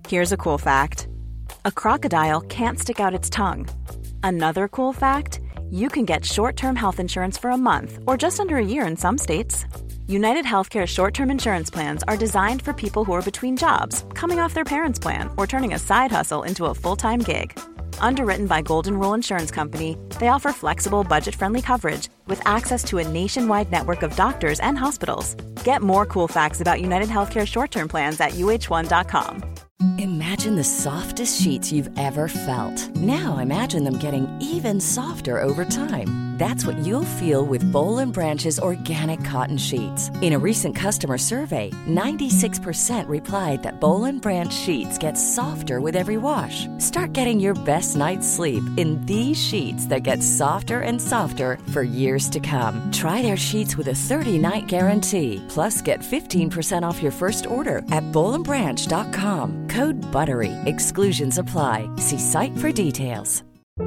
Here's a cool fact. A crocodile can't stick out its tongue. Another cool fact, you can get short-term health insurance for a month or just under a year in some states. United Healthcare short-term insurance plans are designed for people who are between jobs, coming off their parents' plan, or turning a side hustle into a full-time gig. Underwritten by Golden Rule Insurance Company, they offer flexible, budget-friendly coverage with access to a nationwide network of doctors and hospitals. Get more cool facts about United Healthcare short-term plans at uh1.com. Imagine the softest sheets you've ever felt. Now imagine them getting even softer over time. That's what you'll feel with Boll & Branch's organic cotton sheets. In a recent customer survey, 96% replied that Boll & Branch sheets get softer with every wash. Start getting your best night's sleep in these sheets that get softer and softer for years to come. Try their sheets with a 30-night guarantee. Plus, get 15% off your first order at bollandbranch.com. Code BUTTERY. Exclusions apply. See site for details.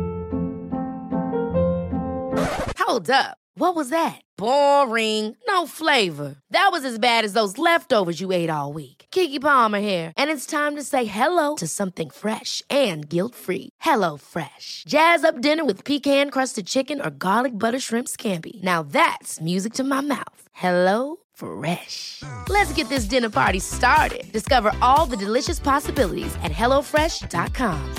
Hold up. What was that? Boring. No flavor. That was as bad as those leftovers you ate all week. Keke Palmer here, and it's time to say hello to something fresh and guilt-free. Hello Fresh. Jazz up dinner with pecan-crusted chicken or garlic butter shrimp scampi. Now that's music to my mouth. Hello Fresh. Let's get this dinner party started. Discover all the delicious possibilities at hellofresh.com.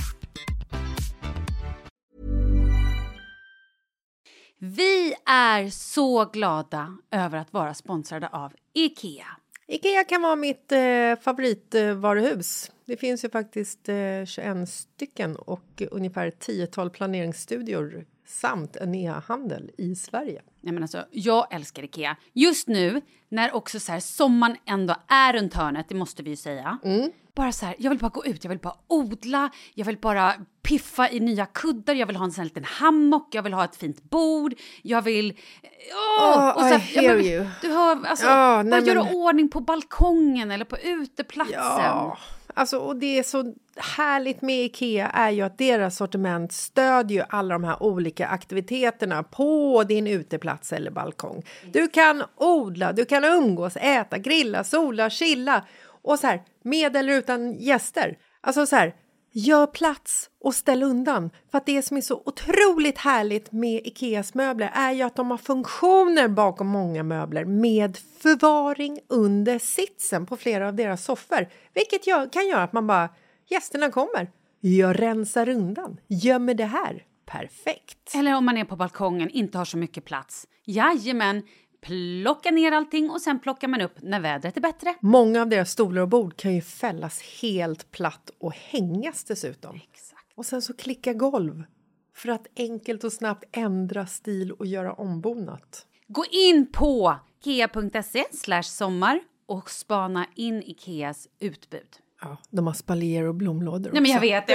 Vi är så glada över att vara sponsrade av IKEA. IKEA kan vara mitt favoritvaruhus. Det finns ju faktiskt 21 stycken och ungefär 10-tal planeringsstudior samt en e-handel i Sverige. Nej, men alltså, jag älskar IKEA. Just nu, när också så här, sommaren ändå är runt hörnet, det måste vi ju säga. Bara så här, jag vill bara gå ut, jag vill bara odla, jag vill bara piffa i nya kuddar, jag vill ha en sån här liten hammock, jag vill ha ett fint bord, jag vill... och så här, I hear you. Du hör, alltså, bara göra ordning på balkongen eller på uteplatsen. Ja, alltså, och det är så härligt med IKEA är ju att deras sortiment stödjer ju alla de här olika aktiviteterna på din uteplats eller balkong. Du kan odla, du kan umgås, äta, grilla, sola, chilla och så här, med eller utan gäster. Alltså så här, gör plats och ställ undan. För att det som är så otroligt härligt med IKEAs möbler är ju att de har funktioner bakom många möbler med förvaring under sitsen på flera av deras soffor. Vilket kan göra att man bara, gästerna kommer, jag rensar undan, gömmer det här. Perfekt. Eller om man är på balkongen, inte har så mycket plats. Jajamän, plocka ner allting och sen plockar man upp när vädret är bättre. Många av deras stolar och bord kan ju fällas helt platt och hängas dessutom. Exakt. Och sen så klicka golv för att enkelt och snabbt ändra stil och göra ombonat. Gå in på ikea.se/sommar och spana in Ikeas utbud. Ja, de har spaljer och blomlådor. Nej, men jag vet.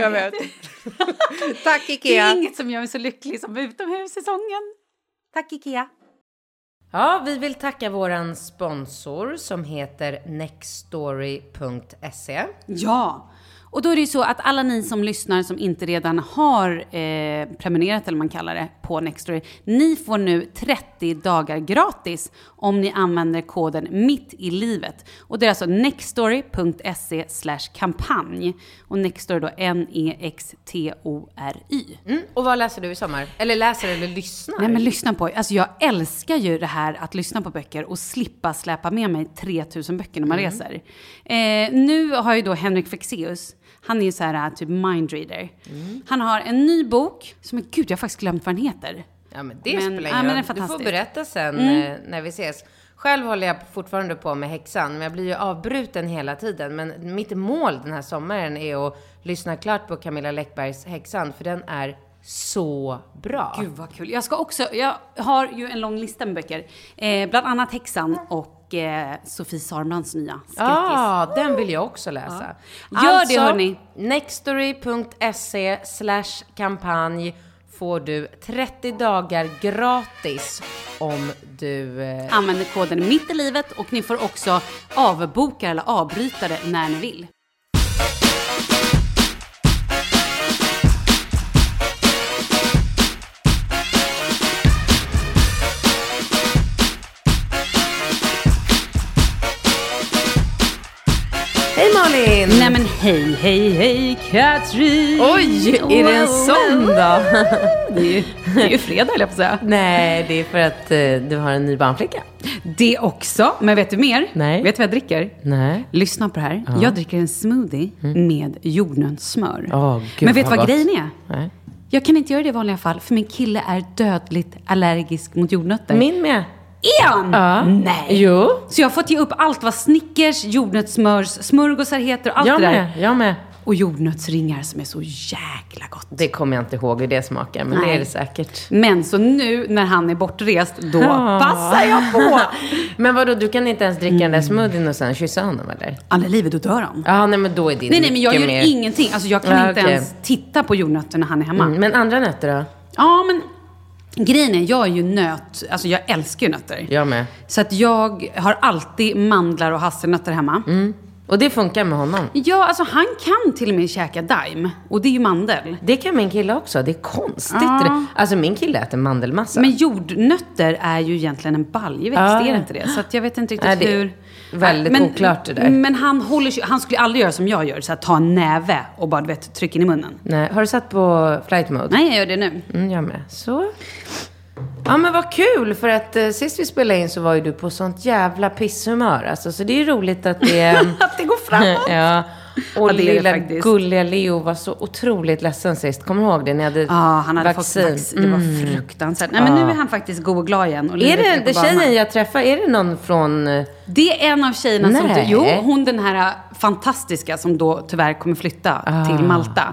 Tack Ikea. Det är inget som gör mig så lycklig som utomhussäsongen. Tack Ikea. Ja, vi vill tacka våran sponsor som heter nextstory.se. Ja, och då är det ju så att alla ni som lyssnar som inte redan har prenumererat eller man kallar det på Nextory, ni får nu 30 dagar gratis om ni använder koden mitt i livet. Och det är alltså nextory.se/kampanj och Nextory då NEXTORY. Och vad läser du i sommar? Eller läser eller lyssnar? Nej, men lyssna på. Alltså jag älskar ju det här att lyssna på böcker och slippa släpa med mig 3000 böcker när man reser. Nu har ju då Henrik Fexeus, han är ju så här typ mindreader. Han har en ny bok som jag har faktiskt glömt vad den heter. Ja, men det spelar ingen roll. Du får berätta sen när vi ses. Själv håller jag fortfarande på med Häxan, men jag blir ju avbruten hela tiden. Men mitt mål den här sommaren är att lyssna klart på Camilla Läckbergs Häxan, för den är så bra. Gud vad kul. Jag har ju en lång lista med böcker. Bland annat Häxan och Sofie Sarmbrands nya Skräckis. Ja, den vill jag också läsa. Ja. Gör det hörni. Nextory.se/kampanj får du 30 dagar gratis om du använder koden mitt i livet, och ni får också avboka eller avbryta det när ni vill. Hej Malin! Nej men hej Katrin! Oj, är det en sån då? Det är ju fredag, eller jag får säga. Nej, det är för att du har en ny barnflicka. Det också, men vet du mer? Nej. Vet du vad jag dricker? Nej. Lyssna på det här. Jag dricker en smoothie med jordnötssmör. Gud, men vet du vad grejen är? Nej. Jag kan inte göra det i vanliga fall, för min kille är dödligt allergisk mot jordnötter. Min med. Är han? Nej. Jo. Så jag har fått ge upp allt vad Snickers, jordnötssmörs, smörgåsar heter och allt det där. Jag med. Och jordnötsringar som är så jäkla gott. Det kommer jag inte ihåg hur det smakar, men Nej. det är det säkert. Men så nu när han är bortrest, då passar jag på. Men vadå, du kan inte ens dricka den där smoothien och sen kyssa honom, eller? Alla livet, då dör han. Ja, nej, men då är det Nej, men jag gör mer... ingenting. Alltså jag kan inte ens titta på jordnötter när han är hemma. Men andra nötter då? Ja, men grejen är, jag är ju alltså jag älskar ju nötter. Jag med. Så att jag har alltid mandlar och hasselnötter hemma. Och det funkar med honom? Ja, alltså han kan till och med käka daim. Och det är ju mandel. Det kan min kille också. Det är konstigt. Alltså min kille äter mandelmassa. Men jordnötter är ju egentligen en baljväxt, är det inte det? Så att jag vet inte riktigt det är hur... väldigt oklart det där. Men han skulle aldrig göra som jag gör. Så att ta en näve och bara, trycka in i munnen. Nej, har du satt på flight mode? Nej, jag gör det nu. Jag med. Så... Ja, men vad kul, för att sist vi spelade in så var ju du på sånt jävla pisshumör. Alltså, så det är ju roligt att det... att det går framåt. Ja. Och det lilla gulliga Leo var så otroligt ledsen sist. Kommer du ihåg det? Ni hade han hade fått vaccin. Det var fruktansvärt. Nej, men nu är han faktiskt god och glad igen. Och är det tjejen jag träffar? Är det någon från... Det är en av tjejerna som... hon den här fantastiska som då tyvärr kommer flytta till Malta.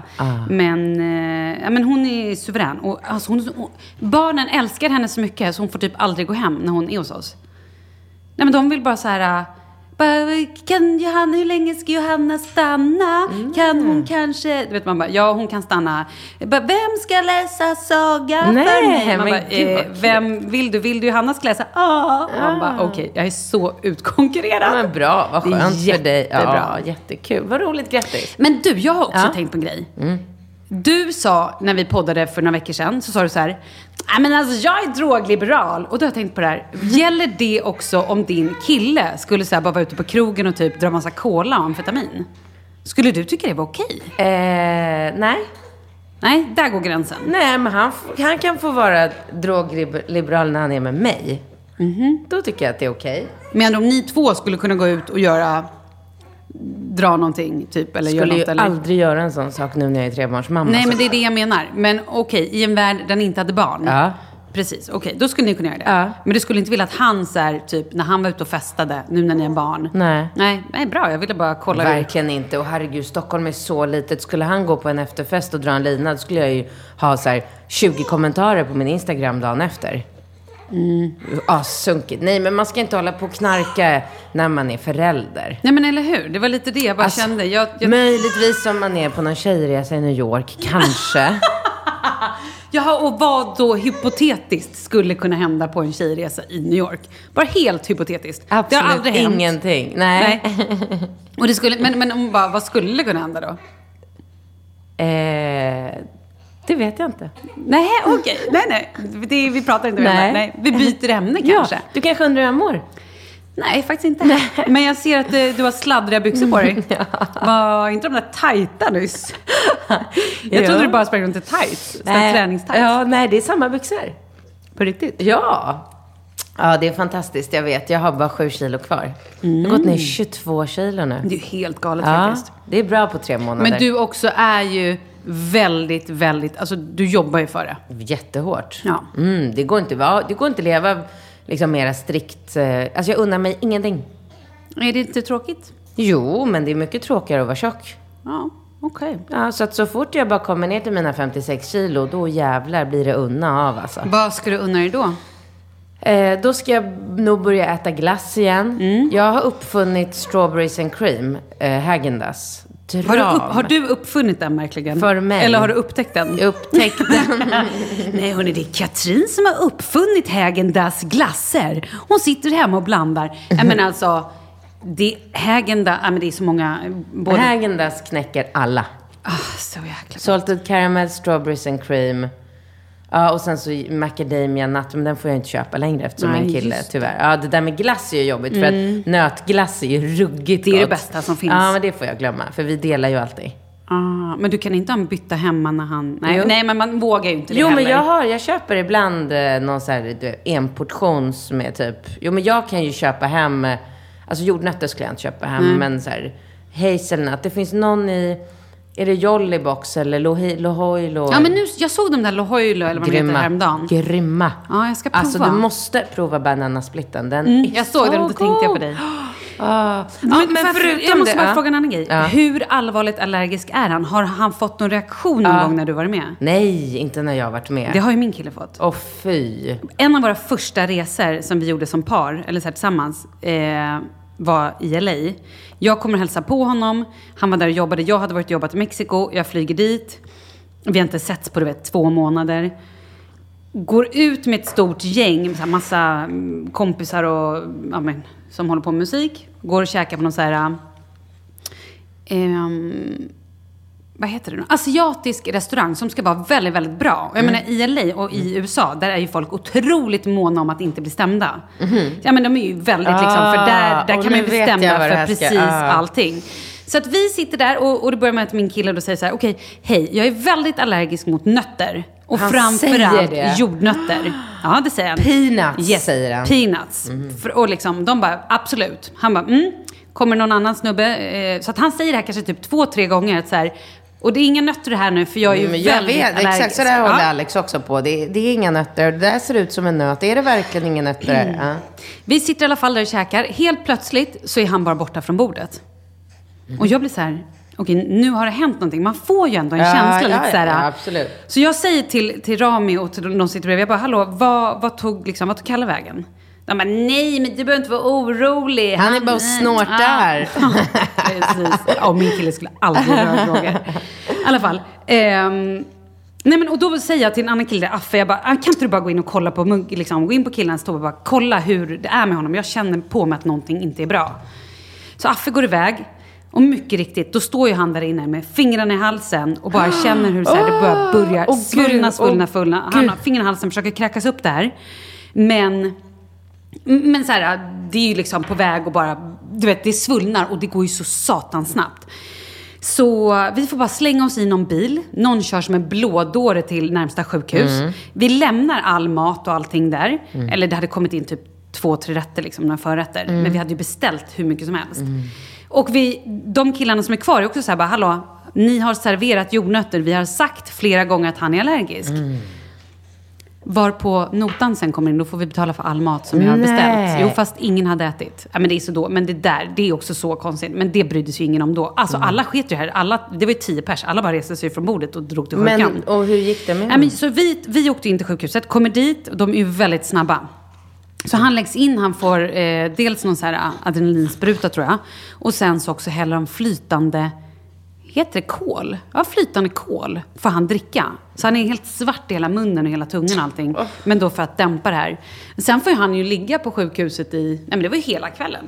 Men hon är suverän. Och, alltså, barnen älskar henne så mycket så hon får typ aldrig gå hem när hon är hos oss. Nej, men de vill bara så här... Kan Johanna, hur länge ska Johanna stanna? Kan hon kanske... Du vet, man bara, ja, hon kan stanna. Vem ska läsa saga för mig? Man bara, vem vill du? Vill du Johanna ska läsa? Man bara, okej, jag är så utkonkurrerad. Men bra, vad skönt för dig. Ja, jättekul. Vad roligt, grattis. Men du, jag har också tänkt på en grej. Du sa, när vi poddade för några veckor sedan, så sa du så här: men alltså jag är drogliberal. Och då har jag tänkt på det här. Gäller det också om din kille skulle så här, bara vara ute på krogen och typ dra massa cola och amfetamin? Skulle du tycka det var okej? Nej. Nej, där går gränsen. Nej, men han kan få vara drogliberal när han är med mig. Då tycker jag att det är okej. Men om ni två skulle kunna gå ut och dra någonting typ, eller skulle göra något, ju eller? Aldrig göra en sån sak nu när jag är trebarnsmamma. Nej, men det är det jag menar. Men okej, i en värld där ni inte hade barn. Ja. Precis, okej, då skulle ni kunna göra det. Ja. Men du skulle inte vilja att han så här, typ, när han var ute och festade, nu när ni är barn. Nej, bra, jag ville bara kolla. Verkligen inte. Och herregud, Stockholm är så litet. Skulle han gå på en efterfest och dra en lina, då skulle jag ju ha så här 20 kommentarer på min Instagram dagen efter. Sunkigt. Nej, men man ska inte hålla på och knarka när man är förälder. Nej, men eller hur? Det var lite det jag bara kände. Jag... Möjligtvis om man är på någon tjejresa i New York, kanske. Jaha, och vad då hypotetiskt skulle kunna hända på en tjejresa i New York? Bara helt hypotetiskt. Absolut, det har aldrig hänt. Ingenting. Nej. Och det skulle, men vad skulle kunna hända då? Det vet jag inte. Nej, okej. Nej. Vi pratar inte om det. Nej. Vi byter ämne kanske. Du kanske undrar hur jag mår? Nej, faktiskt inte. Nej. Men jag ser att du har sladdriga byxor på dig. Var inte de där tajta nyss? Jag trodde du bara sprang runt i tights. Träningstights. Ja, nej, det är samma byxor. På riktigt? Ja. Ja, det är fantastiskt, jag vet. Jag har bara 7 kilo kvar. Jag har gått ner 22 kilo nu. Det är helt galet faktiskt. Det är bra på 3 månader. Men du också är ju väldigt, väldigt... Alltså, du jobbar ju för det. Jättehårt. Ja. Det går inte att leva liksom mera strikt. Alltså, jag unnar mig ingenting. Är det inte tråkigt? Jo, men det är mycket tråkigare att vara tjock. Ja, okej. Ja, så att så fort jag bara kommer ner till mina 56 kilo, då jävlar blir det unna av alltså. Vad ska du unna dig då? Då ska jag nog börja äta glass igen. Jag har uppfunnit strawberries and cream, Häagen-Dazs. Har du uppfunnit den verkligen? För mig. Eller har du upptäckt den? Jag upptäckte den. Nej, hörni, det är Katrin som har uppfunnit Häagen-Dazs glasser. Hon sitter hemma och blandar. Men alltså, det är så många... Häagen-Dazs knäcker alla. Så jäkla. Salted caramel, strawberries and cream. Ja, och sen så macadamia nut, men den får jag inte köpa längre eftersom min kille tyvärr. Ja, det där med glass är ju jobbigt för att nötglass är ju ruggigt Det är gott. det bästa som finns. Ja, men det får jag glömma, för vi delar ju alltid. Men du kan inte ha en bytta hemma när han... Nej, men man vågar ju inte det Jo, heller. men jag köper ibland någon så här, en portion som är typ... Jo, men jag kan ju köpa hem... Alltså jordnötter skulle jag inte köpa hem, men så här... Hazelnut, det finns någon i... Är det Jollybox eller Lohoilo? Ja, men nu, jag såg de där Lohoilo eller vad de heter häromdagen. Grymma. Ja, jag ska prova. Alltså, du måste prova bananasplitten. Den är jag såg den och då tänkte jag på dig. Men förutom jag måste bara fråga en annan grej. Ja. Hur allvarligt allergisk är han? Har han fått någon reaktion någon gång när du var med? Nej, inte när jag har varit med. Det har ju min kille fått. Fy. En av våra första resor som vi gjorde som par, eller så här tillsammans, var i LA. Jag kommer hälsa på honom. Han var där och jobbade. Jag hade jobbat i Mexiko. Jag flyger dit. Vi har inte setts på 2 månader. Går ut med ett stort gäng, så massa kompisar och som håller på med musik. Går och käkar på någon så här vad heter det nu? Asiatisk restaurang som ska vara väldigt, väldigt bra. Jag menar, i LA och i USA, där är ju folk otroligt måna om att inte bli stämda. Ja, men de är ju väldigt liksom, för där kan man ju bli stämda för precis allting. Så att vi sitter där och det börjar med att min kille då säger så här: okej, hej, jag är väldigt allergisk mot nötter. Och framförallt jordnötter. Ja, det säger han. Peanuts, säger han. Peanuts. Och liksom, de bara, absolut. Han bara, kommer någon annan snubbe? Så att han säger det här kanske typ 2-3 gånger. Att så här, och det är inga nötter det här nu, för jag är ju väldigt allergisk. Exakt, så där håller Alex också på. Det är inga nötter. Det där ser ut som en nöt. Är det verkligen inga nötter? Ja. Vi sitter i alla fall där och käkar. Helt plötsligt så är han bara borta från bordet. Och jag blir så här... Okej, nu har det hänt någonting. Man får ju ändå en känsla lite så här. Ja, absolut. Så jag säger till Rami och till de sitter bredvid, jag bara, hallå, vad tog Kalle vägen? De bara, nej, men du behöver inte vara orolig. Han är bara och snortar. Precis. Ja, min kille skulle aldrig röra frågor. I alla fall. Nej, men och då säger jag till en annan kille, Affe, jag bara, kan inte du bara gå in och kolla på, liksom, gå in på killens toa och bara kolla hur det är med honom. Jag känner på mig att någonting inte är bra. Så Affe går iväg. Och mycket riktigt, då står ju han där inne med fingrarna i halsen och bara känner hur så här, det börjar svullna. Han har fingrarna i halsen, försöker kräkas upp där. Men så här, det är ju liksom på väg och bara, du vet, det svullnar och det går ju så satans snabbt. Så vi får bara slänga oss i någon bil. Någon kör som en blådåre till närmsta sjukhus. Vi lämnar all mat och allting där. Eller det hade kommit in typ 2-3 rätter, liksom, några förrätter. Men vi hade ju beställt hur mycket som helst. Och de killarna som är kvar är också så här bara, hallå, ni har serverat jordnötter. Vi har sagt flera gånger att han är allergisk. Varpå notan sen kommer in, då får vi betala för all mat som jag har beställt. Jo, fast ingen hade ätit. Ja, men det är så då. Men det är också så konstigt. Men det brydde sig ingen om då. Alltså alla sket ju här. Det var ju 10 pers. Alla bara reste sig från bordet och drog till sjukan. Men, och hur gick det med honom? Så vi åkte in till sjukhuset, kommer dit och de är ju väldigt snabba. Så han läggs in, han får dels någon så här adrenalinspruta tror jag. Och sen så också häller de flytande, heter det kol? Ja, flytande kol får han dricka. Så han är helt svart i hela munnen och hela tungan och allting. Men då för att dämpa det här. Sen får han ju ligga på sjukhuset nej men det var ju hela kvällen.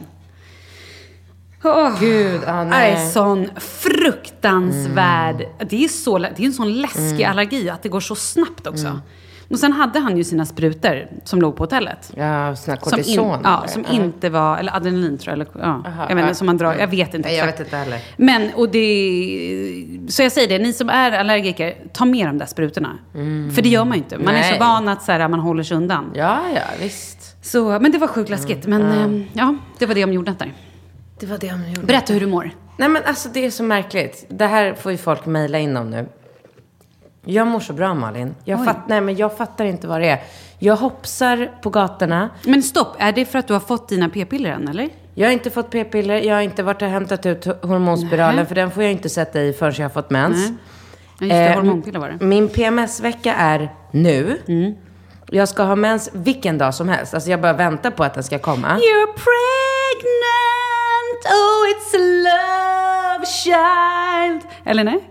Gud, nej. Sån fruktansvärd. Det är en sån läskig allergi att det går så snabbt också. Och sen hade han ju sina sprutor som låg på hotellet. Ja, såna kortison. Som inte var, eller adrenalin tror jag. Eller, jag vet inte, som man drar, jag vet inte. Jag vet inte heller. Men, så jag säger det, ni som är allergiker, ta med de där sprutorna. För det gör man ju inte. Man är så van att så här, man håller sig undan. Ja, visst. Så, men det var sjukt läskigt. Men det var det om jordnötter. Det var det om jordnötter. Berätta hur du mår. Nej, men alltså det är så märkligt. Det här får ju folk mejla in om nu. Jag mår så bra, Malin. Jag fattar inte vad det är. Jag hoppsar på gatorna. Men stopp, är det för att du har fått dina p-piller än, eller? Jag har inte fått p-piller. Jag har inte varit och hämtat ut hormonspiralen. För den får jag inte sätta i förrän jag har fått mens. Just det, hormonpiller var det. Min PMS-vecka är nu. Jag ska ha mens vilken dag som helst. Alltså jag bara väntar på att den ska komma. You're pregnant. Oh, it's a love child. Eller nej?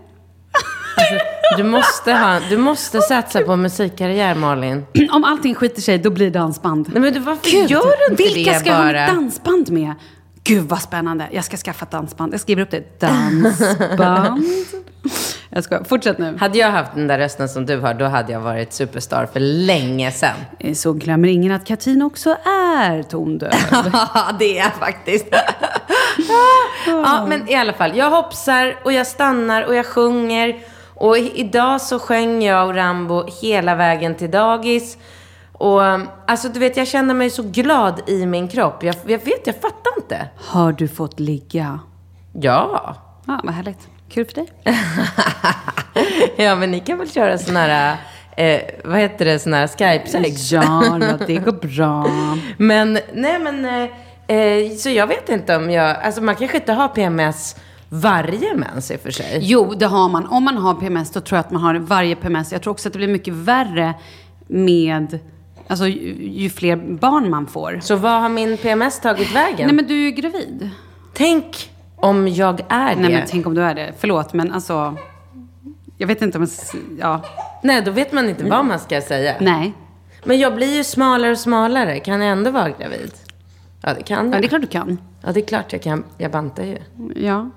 Alltså, du måste satsa på musikkarriär, Malin. Om allting skiter sig, då blir det dansband. Nej, men varför gör du inte vilka det ska jag ha ett dansband med? Gud, vad spännande. Jag ska skaffa ett dansband. Jag skriver upp det. Dansband. Jag ska fortsätt nu. Hade jag haft den där rösten som du har, då hade jag varit superstar för länge sedan. Så glömmer ingen att Katrin också är tondöv. Ja, det är faktiskt. Ja, men i alla fall, jag hoppsar och jag stannar och jag sjunger. Och idag så sjöng jag och Rambo hela vägen till dagis. Och alltså du vet, jag känner mig så glad i min kropp. Jag fattar inte. Har du fått ligga? Ja. Ja, vad härligt. Kul för dig. Ja, men ni kan väl köra sån här, vad heter det, sån här Skype-sex? Ja, det går bra. Men, så jag vet inte om alltså man kanske inte har PMS varje mens i och för sig. Jo, det har man. Om man har PMS, då tror jag att man har varje PMS. Jag tror också att det blir mycket värre med, alltså ju fler barn man får. Så vad har min PMS tagit vägen? Nej, men du är ju gravid. Tänk om jag är det. Nej, men tänk om du är det. Förlåt, men alltså, jag vet inte om ja. Nej, då vet man inte vad man ska säga. Nej. Men jag blir ju smalare och smalare. Kan jag ändå vara gravid? Ja, det kan jag. Ja, det är klart du kan. Ja, det är klart jag kan. Jag bantar ju. Ja.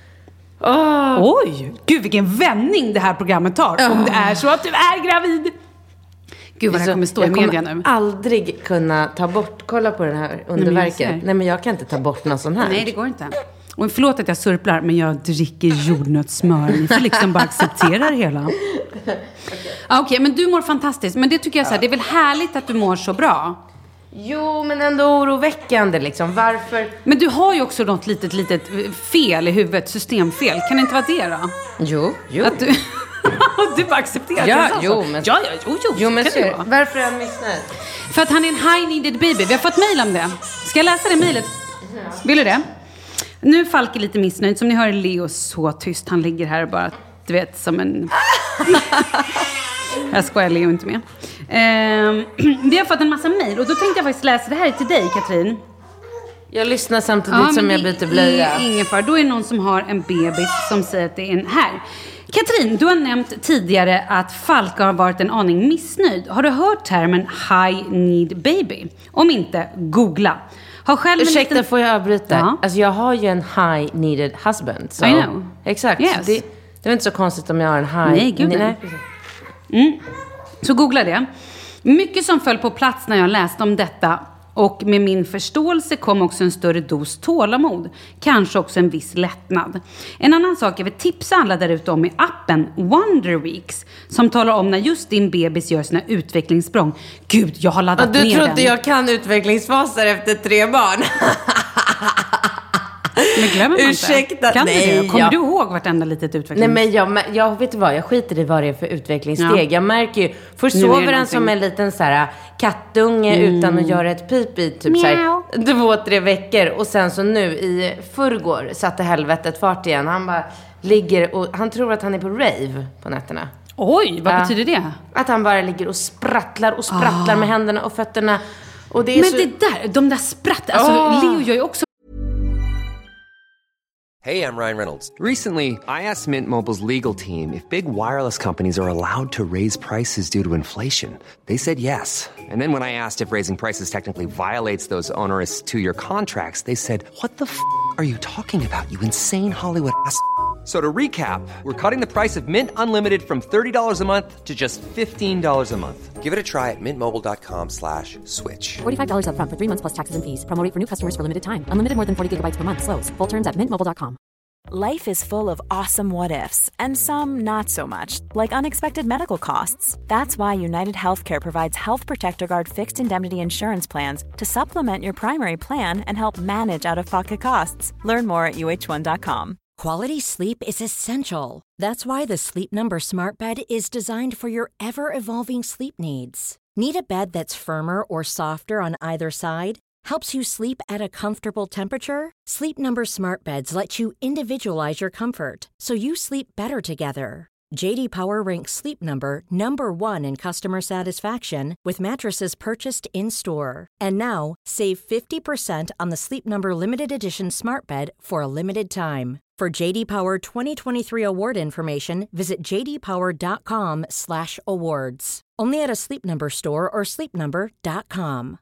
Oj, gud vilken vändning det här programmet tar. Om det är så att du är gravid. Gud vad det kommer stå i media nu. Jag kommer aldrig kunna ta bort, kolla på den här underverket. Nej, men jag kan inte ta bort någon sån här. Nej, det går inte. Och förlåt att jag surplar, men jag dricker jordnötssmör. Ni får liksom bara acceptera det hela. Okej, men du mår fantastiskt. Men det tycker jag så här, det är väl härligt att du mår så bra. Jo, men ändå oroväckande liksom. Varför? Men du har ju också något litet fel i huvudet, systemfel. Kan det inte vara det då? Jo. Att du bara accepterar ja, det. Jo, men... Jo, men så varför är han missnöjd? För att han är en high needed baby. Vi har fått mejl om det. Ska jag läsa det mejlet? Vill du det? Nu är Falke lite missnöjd. Som ni hör är Leo så tyst. Han ligger här bara, du vet, som en... Jag skojar, Leo inte med. Vi har fått en massa mejl. Och då tänkte jag faktiskt läsa det här till dig, Katrin. Jag lyssnar samtidigt som jag byter blöja. Ingen far. Då är det någon som har en bebis som säger att det är en här. Katrin, du har nämnt tidigare att Falke har varit en aning missnöjd. Har du hört termen high need baby? Om inte, googla. Ursäkta, får jag avbryta? Ja. Alltså jag har ju en high needed husband. So. I know. Exakt. Yes. Det är inte så konstigt om jag har en high... Nej, gud nej. Så googla det. Mycket som föll på plats när jag läste om detta. Och med min förståelse kom också en större dos tålamod. Kanske också en viss lättnad. En annan sak jag vill tipsa alla där ute om är appen Wonder Weeks. Som talar om när just din bebis gör sina utvecklingssprång. Gud, jag har laddat ner den. Du tror inte jag kan utvecklingsfaser efter 3 barn? Men glömmer man ursäkta, inte? Nej, det? Kommer du ihåg vartenda litet utveckling? Nej, men jag vet du vad, jag skiter i vad det är för utvecklingssteg. Ja. Jag märker ju, först sover den som en liten så här kattunge utan att göra ett pip i typ så här 2-3 veckor. Och sen så nu i förrgår satte helvetet fart igen. Han bara ligger och han tror att han är på rave på nätterna. Oj, vad betyder det? Att han bara ligger och sprattlar med händerna och fötterna. Och det är men så... det där, de där alltså Leo gör ju också. Hey, I'm Ryan Reynolds. Recently, I asked Mint Mobile's legal team if big wireless companies are allowed to raise prices due to inflation. They said yes. And then when I asked if raising prices technically violates those onerous 2-year contracts, they said, what the f*** are you talking about, you insane Hollywood ass? So to recap, we're cutting the price of Mint Unlimited from $30 a month to just $15 a month. Give it a try at mintmobile.com/switch. $45 up front for 3 months plus taxes and fees. Promo rate for new customers for limited time. Unlimited more than 40 gigabytes per month. Slows full terms at mintmobile.com. Life is full of awesome what-ifs, and some not so much, like unexpected medical costs. That's why United Healthcare provides Health Protector Guard fixed indemnity insurance plans to supplement your primary plan and help manage out-of-pocket costs. Learn more at uh1.com. Quality sleep is essential. That's why the Sleep Number Smart Bed is designed for your ever-evolving sleep needs. Need a bed that's firmer or softer on either side? Helps you sleep at a comfortable temperature? Sleep Number Smart Beds let you individualize your comfort, so you sleep better together. JD Power ranks Sleep Number #1 in customer satisfaction with mattresses purchased in-store. And now, save 50% on the Sleep Number Limited Edition Smart Bed for a limited time. For JD Power 2023 award information, visit jdpower.com/awards. Only at a Sleep Number store or sleepnumber.com.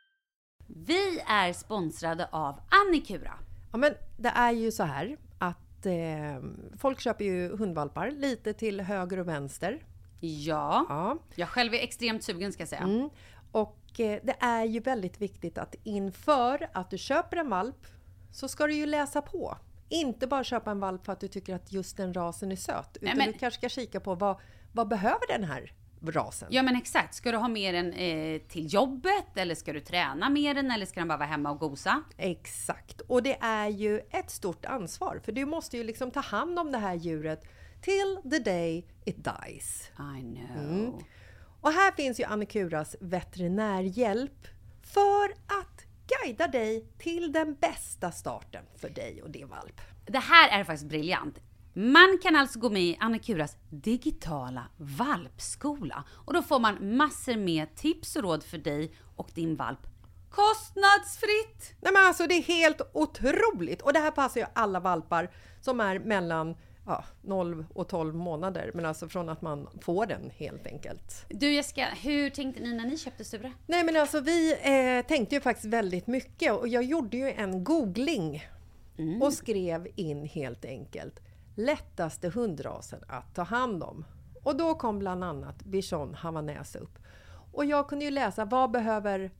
Vi är sponsrade av Annikura. Ja, men det är ju så här att att folk köper ju hundvalpar lite till höger och vänster. Ja. Jag själv är extremt sugen, ska jag säga. Och det är ju väldigt viktigt att inför att du köper en valp så ska du ju läsa på. Inte bara köpa en valp för att du tycker att just den rasen är söt. Utan du kanske ska kika på vad behöver den här rasen? Ja, men exakt. Ska du ha med den till jobbet? Eller ska du träna med den? Eller ska den bara vara hemma och gosa? Exakt. Och det är ju ett stort ansvar. För du måste ju liksom ta hand om det här djuret till the day it dies. I know. Och här finns ju Annikuras veterinärhjälp för att guida dig till den bästa starten för dig och din valp. Det här är faktiskt briljant. Man kan alltså gå med i Annikuras digitala valpskola. Och då får man massor med tips och råd för dig och din valp. Kostnadsfritt! Nej, men alltså det är helt otroligt. Och det här passar ju alla valpar som är mellan 0 och 12 månader. Men alltså från att man får den helt enkelt. Du Jessica, hur tänkte ni när ni köpte Sture? Nej, men alltså vi tänkte ju faktiskt väldigt mycket. Och jag gjorde ju en googling. Och skrev in helt enkelt lättaste hundrasen att ta hand om. Och då kom bland annat Bichon Havanäs upp. Och jag kunde ju läsa vad behöver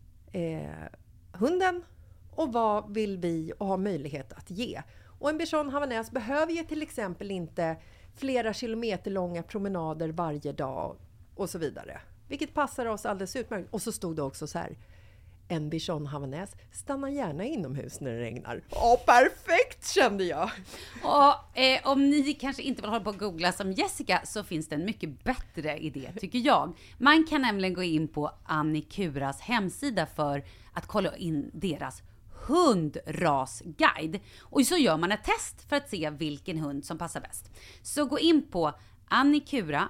hunden och vad vill vi och ha möjlighet att ge. Och en Bichon Havanäs behöver ju till exempel inte flera kilometer långa promenader varje dag och så vidare. Vilket passar oss alldeles utmärkt. Och så stod det också så här: en Bichon Havanäs stannar gärna inomhus när det regnar. Perfekt, kände jag. Och om ni kanske inte vill hålla på att googla som Jessica, så finns det en mycket bättre idé, tycker jag. Man kan nämligen gå in på Annikuras hemsida för att kolla in deras hundrasguide. Och så gör man ett test för att se vilken hund som passar bäst. Så gå in på Annikura,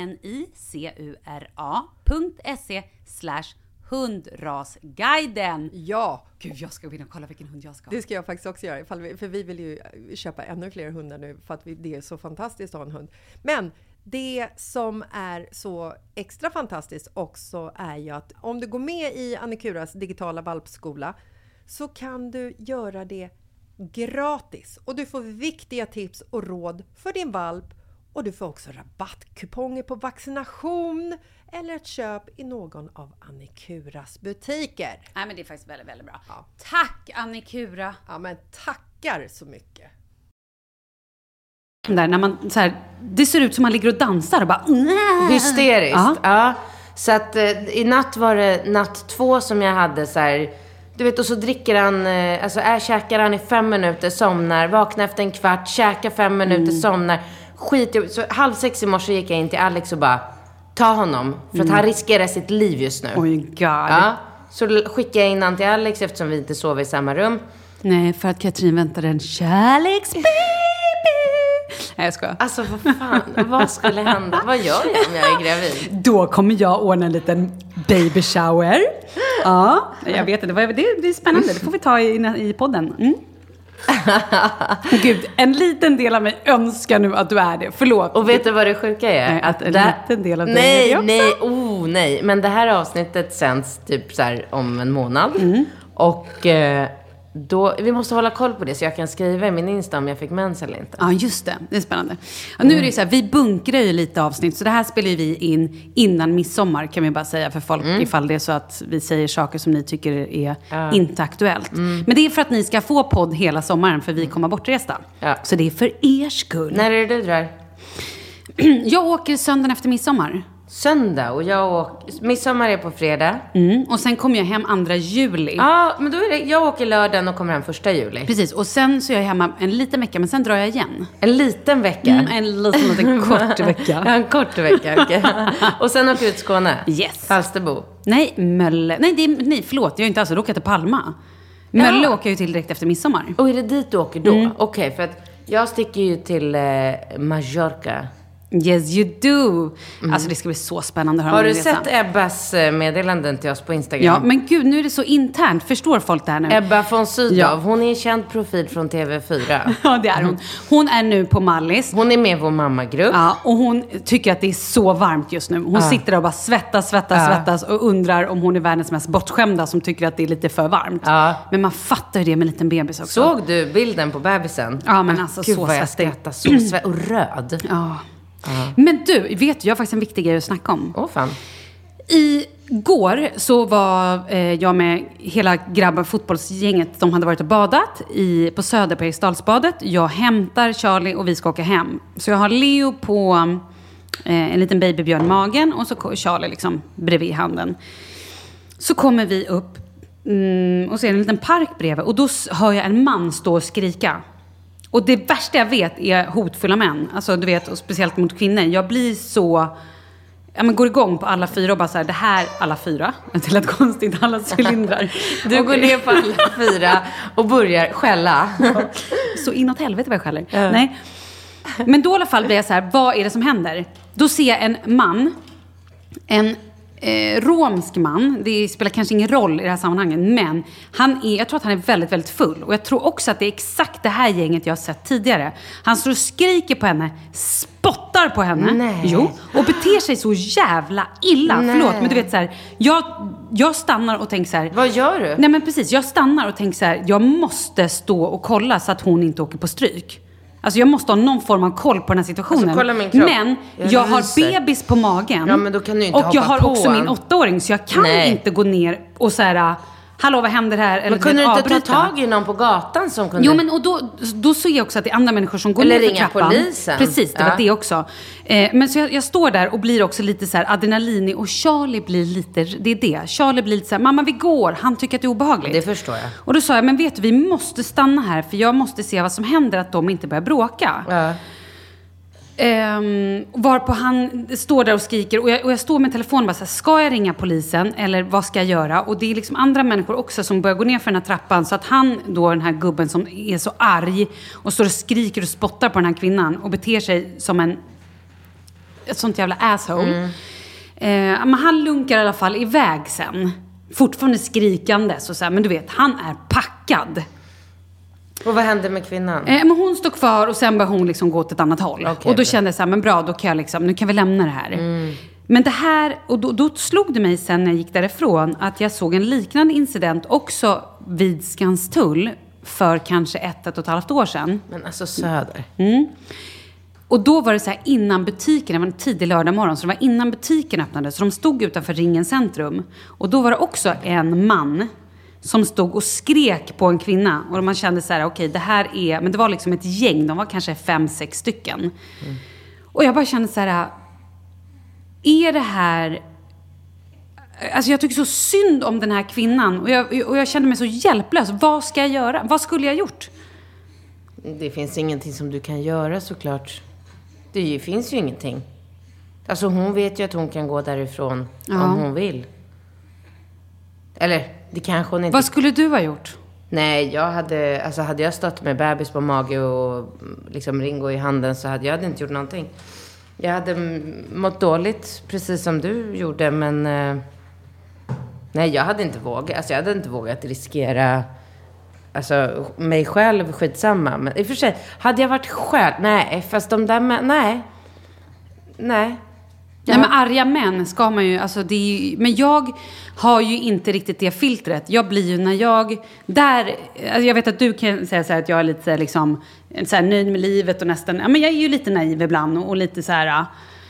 anicura.se/hundrasguiden. Ja. Gud, jag ska gå in och kolla vilken hund jag ska ha. Det ska jag faktiskt också göra. För vi vill ju köpa ännu fler hundar nu. För att det är så fantastiskt att ha en hund. Men det som är så extra fantastiskt också är ju att om du går med i Annikuras digitala valpskola så kan du göra det gratis. Och du får viktiga tips och råd för din valp. Och du får också rabattkuponger på vaccination eller ett köp i någon av Annikuras butiker. Nej, men det är faktiskt väldigt, väldigt bra. Ja. Tack Annikura! Ja, men tackar så mycket. Där när man så här, det ser ut som man ligger och dansar och bara hysteriskt. Ja. Så att i natt var det natt 2 som jag hade så här, du vet, och så dricker han, käkar han i 5 minuter, somnar, vaknar efter en kvart, käkar 5 minuter, somnar. Skit. Så 5:30 i morse gick jag in till Alex och bara, ta honom. För att han riskerar sitt liv just nu. Oh my god. Ja, så skickade jag in han till Alex eftersom vi inte sover i samma rum. Nej, för att Katrin väntar en kärleksbaby. Nej, jag skojar. Alltså vad fan, vad skulle hända? Vad gör jag om jag är gravid? Då kommer jag ordna en liten baby shower. Ja, jag vet inte. Det är spännande. Det får vi ta i podden. Gud, en liten del av mig önskar nu att du är det. Förlåt. Och vet du vad det sjuka är? Nej, att en liten del av dig är det också. Nej. Men det här avsnittet sänds typ så här om en månad. Och då, vi måste hålla koll på det så jag kan skriva i min Insta om jag fick mens eller inte. Ja, just det. Det är spännande. Och nu är det så här, vi bunkrar ju lite avsnitt. Så det här spelar vi in innan midsommar, kan vi bara säga för folk. Ifall det är så att vi säger saker som ni tycker är inte aktuellt. Men det är för att ni ska få podd hela sommaren, för vi kommer bortresta. Ja. Så det är för er skull. När är det du drar? Jag åker söndagen efter midsommar. Söndag, och midsommar är på fredag. Och sen kommer jag hem 2 juli. Ja, men då är det, jag åker lördagen och kommer hem 1 juli. Precis, och sen så är jag hemma en liten vecka, men sen drar jag igen. En liten vecka? En liten kort vecka. Ja, en kort vecka, okej. Och sen åker ut Skåne? Yes. Falsterbo? Nej, Mölle. Nej, förlåt, jag är inte alls, jag åker till Palma. Mölle åker ju till direkt efter midsommar. Och är det dit du åker då? Okej, för att jag sticker ju till Mallorca. Yes you do. Alltså det ska bli så spännande att höra. Har du sett Ebbas meddelanden till oss på Instagram? Ja, men gud, nu är det så internt. Förstår folk det här nu? Ebba von Sydow, hon är en känd profil från TV4. Ja, det är hon. Hon är nu på Mallis. Hon är med i vår mammagrupp. Ja, och hon tycker att det är så varmt just nu. Hon sitter där och bara svettas och undrar om hon är världens mest bortskämda som tycker att det är lite för varmt. Men man fattar ju det med en liten bebis också. Såg du bilden på bebisen? Ja, men alltså gud, så vad jag skrattar, så och röd. Ja. Men du, vet jag har faktiskt en viktig grej att snacka om. Fan. Igår så var jag med hela grabbar fotbollsgänget. De hade varit och badat på Söder på Eriksdalsbadet. Jag hämtar Charlie och vi ska åka hem. Så jag har Leo på en liten babybjörn i magen och så Charlie liksom bredvid handen. Så kommer vi upp och ser en liten park bredvid. Och då hör jag en man stå och skrika. Och det värsta jag vet är hotfulla män. Alltså du vet, och speciellt mot kvinnor. Jag blir så... Ja, men går igång på alla 4 och bara så här, det här alla 4. Det lät konstigt, alla cylindrar. Du går ner på alla 4 och börjar skälla. Så inåt helvete vad jag skäller. Nej. Men då i alla fall blir jag så här, vad är det som händer? Då ser jag en man, en romsk man. Det spelar kanske ingen roll i det här sammanhanget, men jag tror att han är väldigt, väldigt full. Och jag tror också att det är exakt det här gänget jag har sett tidigare. Han står och skriker på henne, spottar på henne. Nej. Jo, och beter sig så jävla illa. Nej. Förlåt, men du vet så här, jag stannar och tänker så här. Vad gör du? Nej men precis, jag stannar och tänker så här, jag måste stå och kolla så att hon inte åker på stryk. Alltså jag måste ha någon form av koll på den här situationen. Alltså, kolla min kropp. Men jag har bebis på magen. Ja, men då kan du inte och jag har på också min 8-åring. Så jag kan inte gå ner och så här, hallå vad händer här? Eller men kunde du inte ta tag i någon på gatan som kunde... Jo, men och då ser jag också att det är andra människor som går eller ner för trappan. Eller ringa polisen. Precis, det var det också. Men så jag står där och blir också lite så här adrenalinig. Och Charlie blir lite, det är det. Charlie blir lite så här, mamma vi går. Han tycker att det är obehagligt. Det förstår jag. Och då sa jag, men vet du, vi måste stanna här. För jag måste se vad som händer, att de inte börjar bråka. Ja. Varpå han står där och skriker och jag står med telefonen och bara så här, ska jag ringa polisen eller vad ska jag göra? Och det är liksom andra människor också som börjar gå ner för den här trappan, så att han då, den här gubben som är så arg och står och skriker och spottar på den här kvinnan och beter sig som ett sånt jävla asshole. Men han lunkar i alla fall iväg sen, fortfarande skrikande så här, men du vet, han är packad. Och vad hände med kvinnan? Men hon stod kvar och sen började hon liksom gå åt ett annat håll. Okay, och då kände jag så här, men bra, då kan jag liksom, nu kan vi lämna det här. Men det här, och då slog det mig sen när jag gick därifrån att jag såg en liknande incident också vid Skanstull för kanske 1,5 år sedan. Men alltså Söder. Och då var det så här innan butiken, det var en tidig lördag morgon, så det var innan butiken öppnade, så de stod utanför Ringen centrum. Och då var det också en man som stod och skrek på en kvinna. Och man kände så här, okej, det här är... Men det var liksom ett gäng, de var kanske 5-6 stycken. Och jag bara kände så här, är det här... Alltså jag tycker så synd om den här kvinnan. Och jag kände mig så hjälplös. Vad ska jag göra? Vad skulle jag gjort? Det finns ingenting som du kan göra såklart. Det finns ju ingenting. Alltså hon vet ju att hon kan gå därifrån om hon vill. Eller, det kanske hon inte... Vad skulle du ha gjort? Nej, hade jag stått med bebis på mage och liksom Ringo i handen så hade jag inte gjort någonting. Jag hade mått dåligt, precis som du gjorde, men... nej, jag hade inte vågat. Alltså, jag hade inte vågat riskera... Alltså, mig själv, skitsamma. Men i och för sig, hade jag varit själv... Nej, fast de där... Nej. Nej, men arga män ska man ju... Alltså det är ju, men jag har ju inte riktigt det filtret. Jag blir ju när jag... Alltså jag vet att du kan säga så här att jag är lite liksom, så här nöjd med livet och nästan... Ja, men jag är ju lite naiv ibland och lite så här...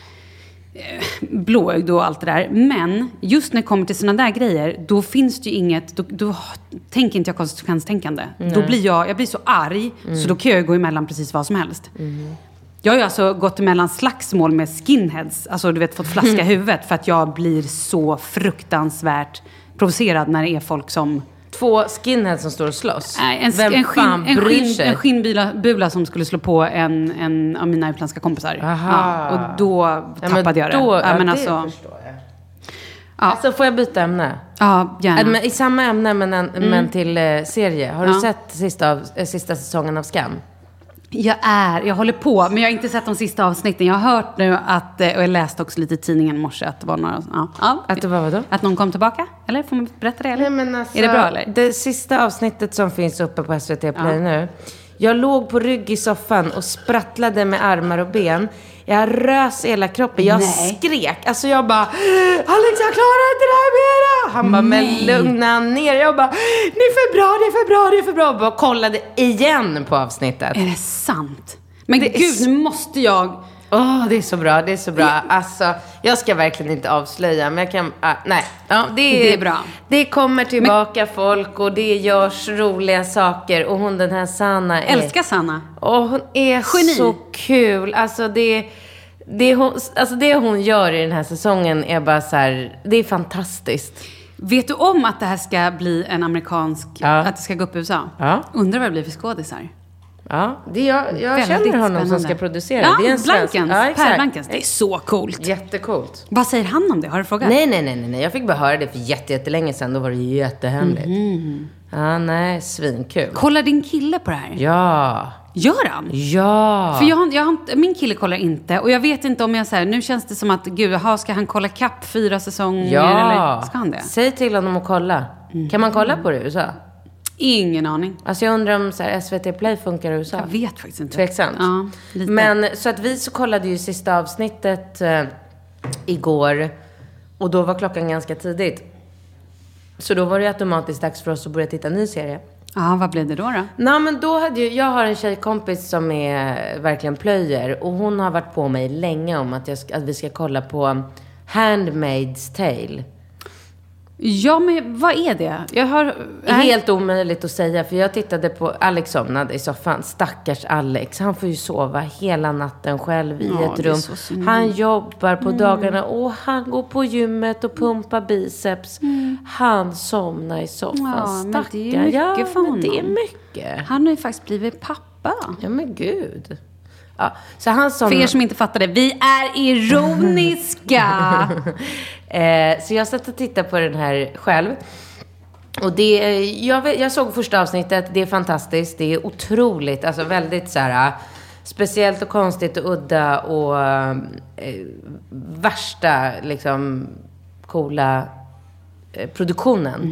blåögd och allt det där. Men just när det kommer till såna där grejer, då finns det ju inget... Då tänker inte jag konsekvenstänkande. Då blir jag blir så arg, så då kan jag gå emellan precis vad som helst. Jag har ju alltså gått emellan slagsmål med skinheads. Alltså du vet, fått flaska i huvudet. För att jag blir så fruktansvärt provocerad när det är folk som... 2 skinheads som står och slåss? En skinnbula som skulle slå på en av mina utländska kompisar. Ja, och då tappade jag det. Det förstår jag. Alltså får jag byta ämne? Ja, gärna. I samma ämne men till serie. Har du sett sista säsongen av Skam? Jag håller på, men jag har inte sett de sista avsnitten. Jag har hört nu att, och jag läste också lite i tidningen i morse att det var några, att det var vadå? Att någon kom tillbaka, eller? Får man berätta det, eller? Nej, men alltså, är det bra, eller? Det sista avsnittet som finns uppe på SVT Play nu. Jag låg på rygg i soffan och sprattlade med armar och ben. Jag rös hela kroppen. Jag skrek. Alltså jag bara, Alex, jag klarar inte det här mera. Han bara, men lugna ner. Jag bara, det är för bra. Och bara kollade igen på avsnittet. Är det sant? Men gud, nu måste jag... Det är så bra. Alltså, jag ska verkligen inte avslöja, men jag kan... nej. Ja, det är bra. Det kommer tillbaka folk och det görs roliga saker. Och hon, den här Sanna... Älskar Sanna. Och hon är geni. Så kul. Alltså, det hon gör i den här säsongen är bara så här... Det är fantastiskt. Vet du om att det här ska bli en amerikansk... Att det ska gå upp i USA? Ja. Undrar vad det blir för skådisar. Ja, jag känner honom som ska producera. Ja, det är en Blankens, Per Blankens. Det är så coolt. Jättecoolt. Vad säger han om det? Har du frågat? Nej. Jag fick bara höra det för jättelänge sedan. Då var det jättehemligt. Ja, nej, svinkul. Kollar din kille på det här? Ja. Gör han? Ja. För min kille kollar inte. Och jag vet inte om jag säger, nu känns det som att, gud, ska han kolla kapp 4 säsonger? Ja. Eller ska han det? Säg till honom att kolla. Kan man kolla på det i USA? Ingen aning. Alltså jag undrar om så här, SVT Play funkar i USA. Jag vet faktiskt inte. Tveksamt. Ja, lite. Men så att vi så kollade ju sista avsnittet igår. Och då var klockan ganska tidigt. Så då var det automatiskt dags för oss att börja titta en ny serie. Ja, vad blev det då? Nej, men då hade jag har en tjejkompis som är verkligen plöjer. Och hon har varit på mig länge om att vi ska kolla på Handmaid's Tale. Ja, men vad är det? Helt omöjligt att säga, för jag tittade på Alex somnade i soffan. Stackars Alex, han får ju sova hela natten själv i ett rum. Han jobbar på dagarna och han går på gymmet och pumpar biceps. Han somnar i soffan. Men det är mycket för honom. Det är mycket. Han har ju faktiskt blivit pappa. Ja, men gud. Ja, så han somnar. För er som inte fattar det, vi är ironiska. Så jag satt och tittade på den här själv. Och jag såg första avsnittet. Det är fantastiskt. Det är otroligt. Alltså väldigt så här speciellt och konstigt och udda. Och värsta liksom coola produktionen.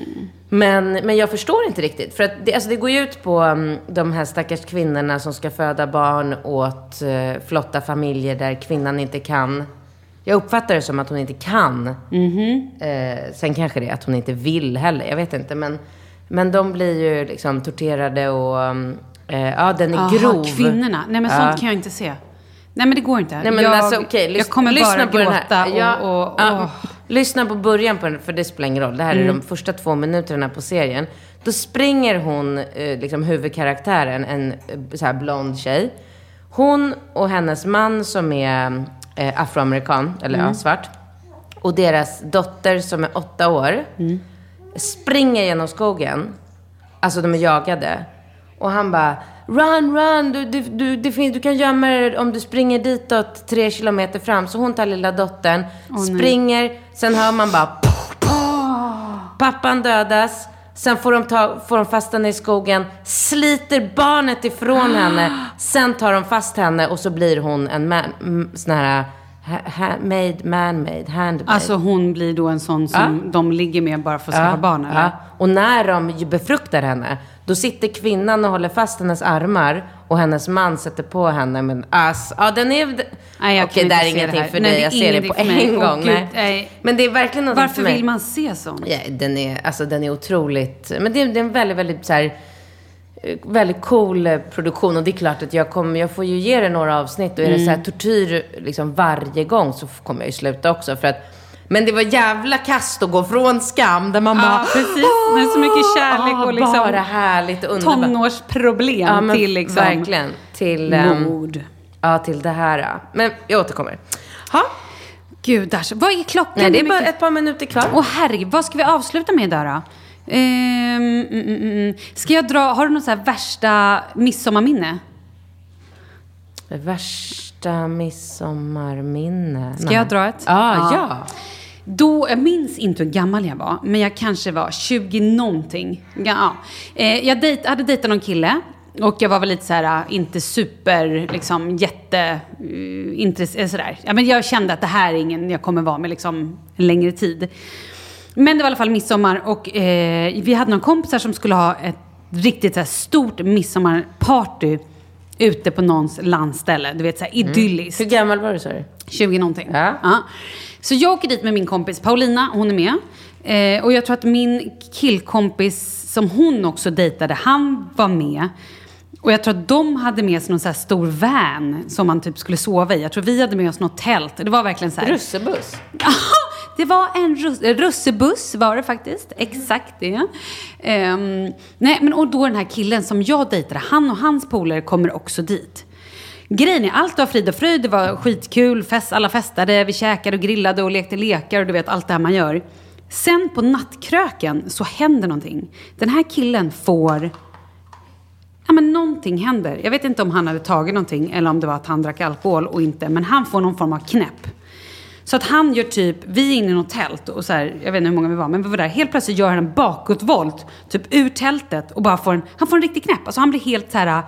Men jag förstår inte riktigt. För att det går ju ut på de här stackars kvinnorna som ska föda barn åt flotta familjer där kvinnan inte kan. Jag uppfattar det som att hon inte kan. Sen kanske det är att hon inte vill heller. Jag vet inte. Men de blir ju liksom torterade och den är grov. Kvinnorna. Nej, men sånt kan jag inte se. Nej, men det går inte. Nej, men jag kommer bara gråta lyssna på början på den, för det spelar ingen roll. Det här är de första 2 minuterna på serien. Då springer hon, liksom huvudkaraktären, en så här blond tjej. Hon och hennes man som är afroamerikan, eller svart. Och deras dotter som är 8 år springer genom skogen. Alltså de är jagade. Och han bara, run, du kan gömma dig om du springer ditåt 3 kilometer fram. Så hon tar lilla dottern, springer, sen hör man bara pappan dödas. Sen får de fast henne i skogen, sliter barnet ifrån henne. Sen tar de fast henne och så blir hon en sån här handmaid. Alltså hon blir då en sån som de ligger med bara för att skaffa barn, eller? Och när de befruktar henne, då sitter kvinnan och håller fast hennes armar och hennes man sätter på henne. Men den är... Okej, det är ingenting för dig. Jag ser det på en gång. Nej. Men det är verkligen något. Varför vill man se sånt? Ja, den är otroligt... Men det är en väldigt, väldigt så här, väldigt cool produktion. Och det är klart att jag får ju ge det några avsnitt. Och är det så här tortyr liksom varje gång, så kommer jag ju sluta också. För att, men det var jävla kast att gå från Skam där man bara... precis. Med så mycket kärlek och liksom... Bara härligt och underbart. Tonårsproblem till liksom... Verkligen. Till... mord. Till det här. Men jag återkommer. Gud, Dasha, vad är klockan? Nej, det är bara ett par minuter kvar. Herregud, vad ska vi avsluta med idag då? Ska jag dra... Har du något så här värsta midsommarminne? Värsta midsommarminne? Ska jag dra ett? Ja. Då, jag minns inte hur gammal jag var, men jag kanske var 20 någonting. Ja. Jag hade dejtat någon kille Och jag var väl lite så här, inte super, liksom, sådär. Ja, men jag kände att det här är ingen jag kommer vara med liksom en längre tid. Men det var i alla fall midsommar. Och vi hade några kompisar som skulle ha ett riktigt så här, stort midsommarparty ute på någons landställe. Du vet, så här idylliskt. Hur gammal var du, så? 20 någonting. Ja. Så jag åker dit med min kompis Paulina, hon är med. Och jag tror att min killkompis, som hon också dejtade, han var med. Och jag tror att de hade med sig någon så här stor van som man typ skulle sova i. Jag tror vi hade med oss något tält. Det var verkligen så här... Russebuss? Det var en russebuss var det faktiskt. Exakt det. Nej, men och då den här killen som jag dejtade, han och hans polare kommer också dit. Grejen är, allt var frid och fröjd. Det var skitkul. Alla festade. Vi käkade och grillade och lekte lekar. Och du vet, allt det här man gör. Sen på nattkröken så händer någonting. Den här killen får... Ja, men någonting händer. Jag vet inte om han hade tagit någonting eller om det var att han drack alkohol och inte. Men han får någon form av knäpp. Så att han gör typ, vi är inne i något tält och så här, jag vet inte hur många vi var, men vi var där. Helt plötsligt gör han en bakåtvolt typ ur tältet och bara han får en riktig knäpp. Alltså han blir helt så här,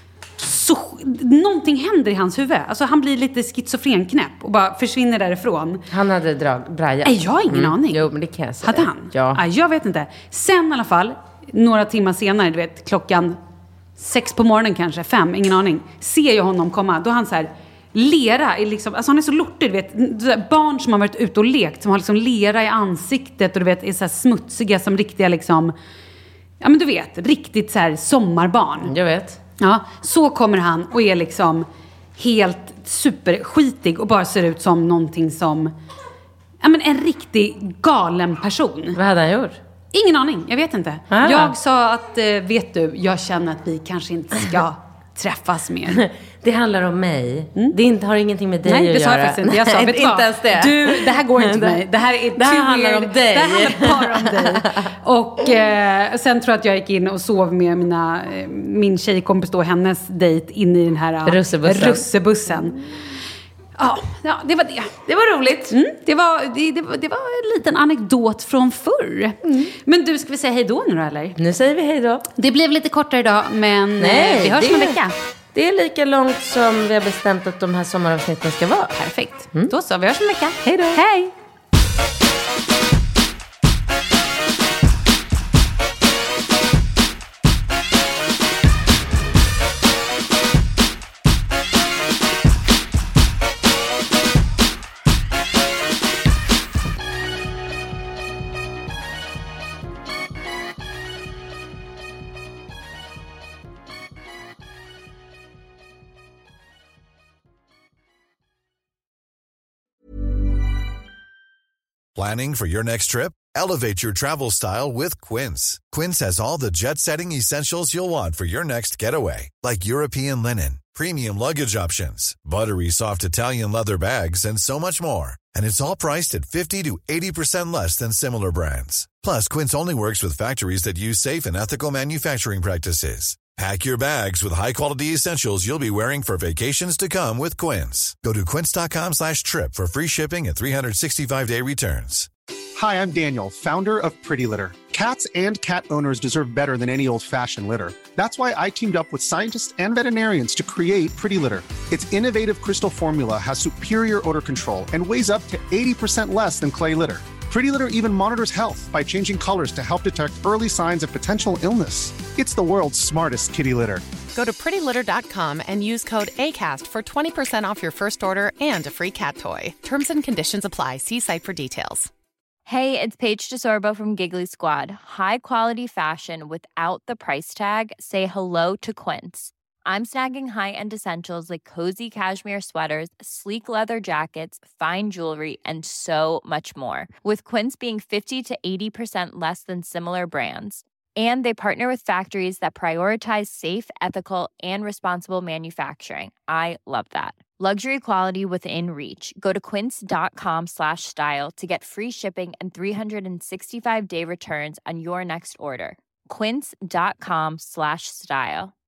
någonting händer i hans huvud. Alltså han blir lite schizofren knäpp och bara försvinner därifrån. Han hade brajat. Jag har ingen aning. Jo, men det kan jag säga. Hade han? Ja. Jag vet inte. Sen i alla fall, några timmar senare, du vet, klockan 6 på morgonen kanske, 5, ingen aning. Ser jag honom komma, då han så här, lera är liksom, alltså han är så lortig, du vet, barn som har varit ute och lekt, som har liksom lera i ansiktet och du vet, är så här smutsiga som riktiga liksom, ja men du vet, riktigt så här sommarbarn. Jag vet. Ja, så kommer han och är liksom helt superskitig och bara ser ut som någonting som, ja men en riktig galen person. Vad hade han gjort? Ingen aning, jag vet inte. Jag sa att, vet du, jag känner att vi kanske inte ska träffas mer. Det handlar om mig. Det har ingenting med dig att göra. Nej, det sa jag faktiskt inte. Jag sa, vet inte ens det. Du, det här går inte med mig. Det här handlar om dig. Det här handlar bara om dig. Och sen tror jag att jag gick in och sov med min tjejkompis då, hennes dejt in i den här russebussen. Ja, det var det. Det var roligt. Det var en liten anekdot från förr. Men du, ska vi säga hej då nu eller? Nu säger vi hej då. Det blev lite kortare idag, men vi hörs om en vecka. Det är lika långt som vi har bestämt att de här sommaravsnitten ska vara. Perfekt. Då så, vi hörs om en vecka. Hej då. Hej. Planning for your next trip? Elevate your travel style with Quince. Quince has all the jet-setting essentials you'll want for your next getaway, like European linen, premium luggage options, buttery soft Italian leather bags, and so much more. And it's all priced at 50 to 80% less than similar brands. Plus, Quince only works with factories that use safe and ethical manufacturing practices. Pack your bags with high-quality essentials you'll be wearing for vacations to come with Quince. Go to quince.com/trip for free shipping and 365-day returns. Hi, I'm Daniel, founder of Pretty Litter. Cats and cat owners deserve better than any old-fashioned litter. That's why I teamed up with scientists and veterinarians to create Pretty Litter. Its innovative crystal formula has superior odor control and weighs up to 80% less than clay litter. Pretty Litter even monitors health by changing colors to help detect early signs of potential illness. It's the world's smartest kitty litter. Go to prettylitter.com and use code ACAST for 20% off your first order and a free cat toy. Terms and conditions apply. See site for details. Hey, it's Paige DeSorbo from Giggly Squad. High quality fashion without the price tag. Say hello to Quince. I'm snagging high-end essentials like cozy cashmere sweaters, sleek leather jackets, fine jewelry, and so much more. With Quince being 50 to 80% less than similar brands. And they partner with factories that prioritize safe, ethical, and responsible manufacturing. I love that. Luxury quality within reach. Go to quince.com/style to get free shipping and 365-day returns on your next order. Quince.com/style.